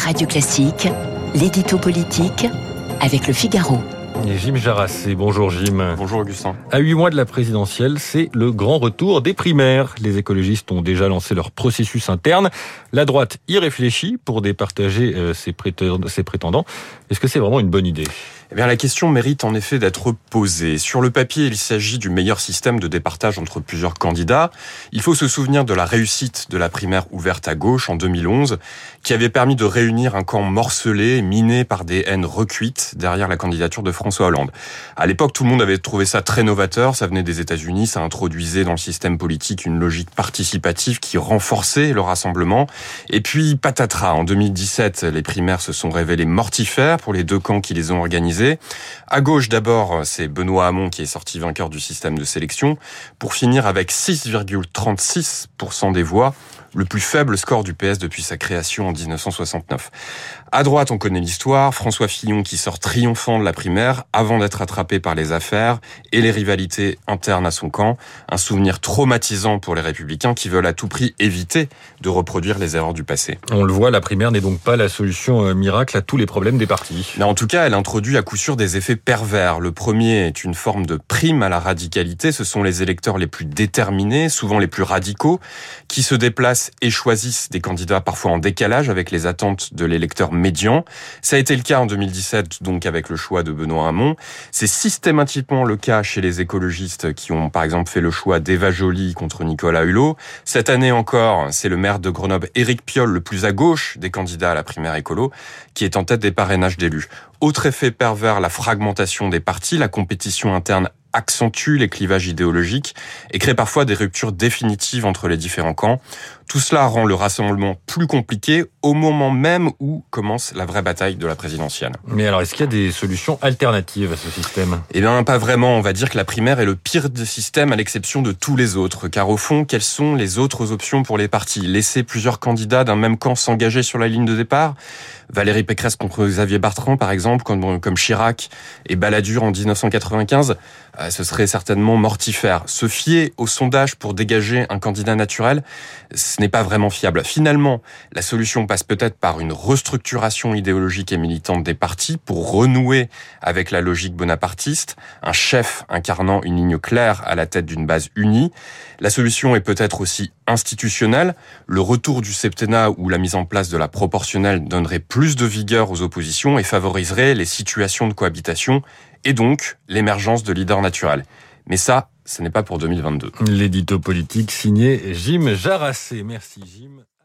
Radio Classique, l'édito politique avec Le Figaro. Et Jim Jarassé, bonjour Jim. Bonjour Augustin. À 8 mois de la présidentielle, c'est le grand retour des primaires. Les écologistes ont déjà lancé leur processus interne. La droite y réfléchit pour départager ses prétendants. Est-ce que c'est vraiment une bonne idée ? Eh bien, la question mérite en effet d'être posée. Sur le papier, il s'agit du meilleur système de départage entre plusieurs candidats. Il faut se souvenir de la réussite de la primaire ouverte à gauche en 2011, qui avait permis de réunir un camp morcelé, miné par des haines recuites derrière la candidature de François Hollande. À l'époque, tout le monde avait trouvé ça très novateur. Ça venait des États-Unis, ça introduisait dans le système politique une logique participative qui renforçait le rassemblement. Et puis, patatras, en 2017, les primaires se sont révélées mortifères pour les deux camps qui les ont organisées. À gauche, d'abord, c'est Benoît Hamon qui est sorti vainqueur du système de sélection, pour finir avec 6,36% des voix, le plus faible score du PS depuis sa création en 1969. À droite, on connaît l'histoire, François Fillon qui sort triomphant de la primaire avant d'être attrapé par les affaires et les rivalités internes à son camp. Un souvenir traumatisant pour les Républicains qui veulent à tout prix éviter de reproduire les erreurs du passé. On le voit, la primaire n'est donc pas la solution miracle à tous les problèmes des partis. Mais en tout cas, elle introduit à coup sûr des effets pervers. Le premier est une forme de prime à la radicalité. Ce sont les électeurs les plus déterminés, souvent les plus radicaux, qui se déplacent et choisissent des candidats parfois en décalage avec les attentes de l'électeur médian. Ça a été le cas en 2017, donc avec le choix de Benoît Hamon. C'est systématiquement le cas chez les écologistes qui ont par exemple fait le choix d'Eva Joly contre Nicolas Hulot. Cette année encore, c'est le maire de Grenoble, Éric Piolle, le plus à gauche des candidats à la primaire écolo, qui est en tête des parrainages d'élus. Autre effet pervers, la fragmentation des partis, la compétition interne accentue les clivages idéologiques et crée parfois des ruptures définitives entre les différents camps. Tout cela rend le rassemblement plus compliqué au moment même où commence la vraie bataille de la présidentielle. Mais alors, est-ce qu'il y a des solutions alternatives à ce système ? Eh bien, pas vraiment. On va dire que la primaire est le pire des systèmes à l'exception de tous les autres. Car au fond, quelles sont les autres options pour les partis ? Laisser plusieurs candidats d'un même camp s'engager sur la ligne de départ ? Valérie Pécresse contre Xavier Bertrand, par exemple, comme Chirac et Balladur en 1995, ce serait certainement mortifère. Se fier au sondage pour dégager un candidat naturel, ce n'est pas vraiment fiable. Finalement, la solution passe peut-être par une restructuration idéologique et militante des partis pour renouer avec la logique bonapartiste, un chef incarnant une ligne claire à la tête d'une base unie. La solution est peut-être aussi institutionnelle. Le retour du septennat ou la mise en place de la proportionnelle donnerait plus de vigueur aux oppositions et favoriserait les situations de cohabitation et donc l'émergence de leaders naturels. Mais ça, ce n'est pas pour 2022. L'édito politique signé Jim Jarassé. Merci Jim.